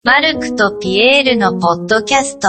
マルクとピエールのポッドキャスト。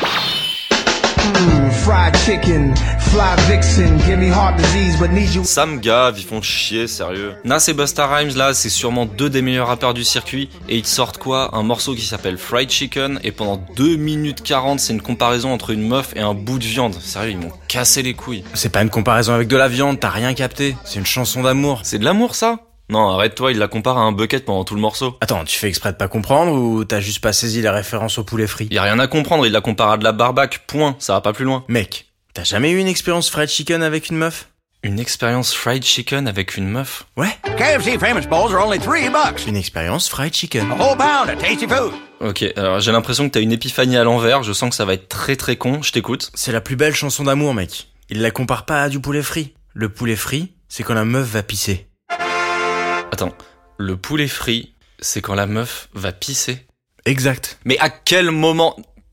Fried chicken, fly vixen, give me heart disease, but need you. Ça me gave, ils font chier, sérieux. Nas et Busta Rhymes, là, c'est sûrement deux des meilleurs rappeurs du circuit, et ils sortent quoi? Un morceau qui s'appelle Fried Chicken, et pendant 2 minutes 40, c'est une comparaison entre une meuf et un bout de viande. Sérieux, ils m'ont cassé les couilles. C'est pas une comparaison avec de la viande, t'as rien capté. C'est une chanson d'amour. C'est de l'amour, ça? Non, arrête-toi, il la compare à un bucket pendant tout le morceau. Attends, tu fais exprès de pas comprendre ou t'as juste pas saisi la référence au poulet frit? Y a rien à comprendre, il la compare à de la barbaque, point, ça va pas plus loin. Mec, t'as jamais eu une expérience fried chicken avec une meuf? Une expérience fried chicken avec une meuf? Ouais. KFC famous bowls are only $3. Une expérience fried chicken. A whole pound of tasty food. Ok, alors j'ai l'impression que t'as une épiphanie à l'envers, je sens que ça va être très très con, je t'écoute. C'est la plus belle chanson d'amour, mec. Il la compare pas à du poulet frit. Le poulet frit, c'est quand la meuf va pisser. Attends, le poulet frit, c'est quand la meuf va pisser? Exact. Mais à quel moment...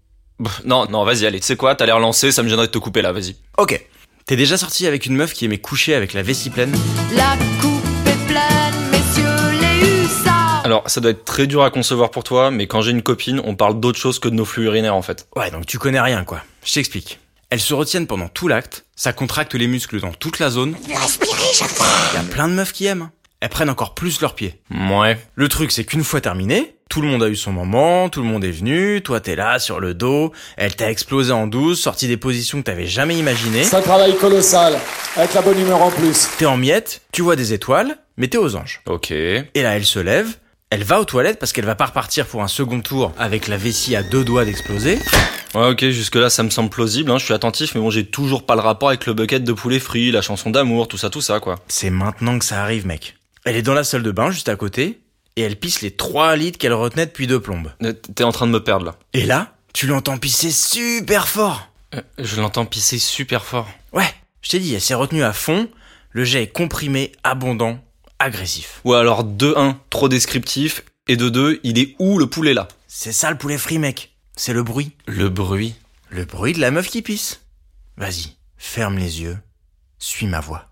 Non, vas-y, allez, tu sais quoi, t'as l'air lancé, ça me gênerait de te couper là, vas-y. Ok. T'es déjà sorti avec une meuf qui aimait coucher avec la vessie pleine? La coupe est pleine, messieurs les hussards. Alors, ça doit être très dur à concevoir pour toi, mais quand j'ai une copine, on parle d'autre chose que de nos flux urinaires en fait. Ouais, donc tu connais rien, quoi. Je t'explique. Elles se retiennent pendant tout l'acte, ça contracte les muscles dans toute la zone. Il y a plein de meufs qui aiment. Elles prennent encore plus leurs pieds. Ouais. Le truc, c'est qu'une fois terminé, tout le monde a eu son moment, tout le monde est venu, toi t'es là, sur le dos, elle t'a explosé en 12, sorti des positions que t'avais jamais imaginées. C'est un travail colossal, avec la bonne humeur en plus. T'es en miettes, tu vois des étoiles, mais t'es aux anges. Ok. Et là, elle se lève, elle va aux toilettes parce qu'elle va pas repartir pour un second tour avec la vessie à 2 doigts d'exploser. Ouais, ok, jusque là ça me semble plausible, hein, je suis attentif, mais bon, j'ai toujours pas le rapport avec le bucket de poulet frit, la chanson d'amour, tout ça, quoi. C'est maintenant que ça arrive, mec. Elle est dans la salle de bain, juste à côté, et elle pisse les 3 litres qu'elle retenait depuis 2 plombes. T'es en train de me perdre, là. Et là, tu l'entends pisser super fort. Je l'entends pisser super fort. Ouais, je t'ai dit, elle s'est retenue à fond, le jet est comprimé, abondant, agressif. Ou alors, de 1, trop descriptif, et de 2, il est où le poulet, là? C'est ça le poulet frit, mec. C'est le bruit. Le bruit? Le bruit de la meuf qui pisse. Vas-y, ferme les yeux, suis ma voix.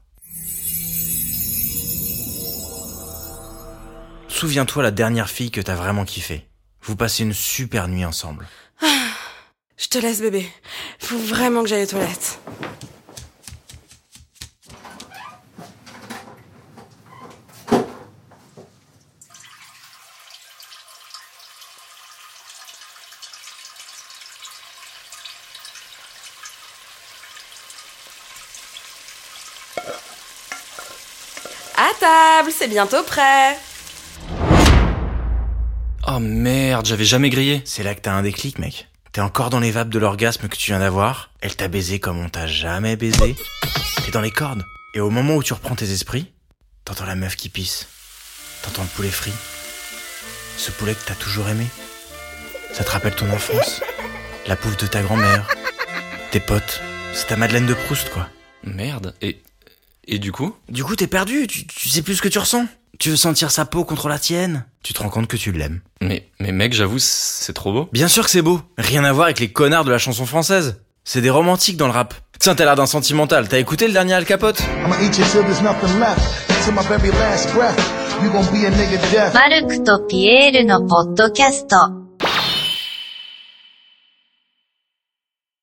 Souviens-toi la dernière fille que t'as vraiment kiffé. Vous passez une super nuit ensemble. Je te laisse, bébé. Faut vraiment que j'aille aux toilettes. À table, c'est bientôt prêt. Oh merde, j'avais jamais grillé. C'est là que t'as un déclic, mec. T'es encore dans les vapes de l'orgasme que tu viens d'avoir. Elle t'a baisé comme on t'a jamais baisé. T'es dans les cordes. Et au moment où tu reprends tes esprits, t'entends la meuf qui pisse. T'entends le poulet frit. Ce poulet que t'as toujours aimé. Ça te rappelle ton enfance. La bouffe de ta grand-mère. Tes potes. C'est ta Madeleine de Proust, quoi. Merde, et du coup? Du coup, t'es perdu. Tu sais plus ce que tu ressens. Tu veux sentir sa peau contre la tienne. Tu te rends compte que tu l'aimes. Mais mec, j'avoue, c'est trop beau. Bien sûr que c'est beau. Rien à voir avec les connards de la chanson française. C'est des romantiques dans le rap. Tiens, t'as l'air d'un sentimental. T'as écouté le dernier Al Capote? I'ma eat you till there's nothing left. Till my very last breath. You gon' be a nigga death. マルクとピエールのポッドキャスト。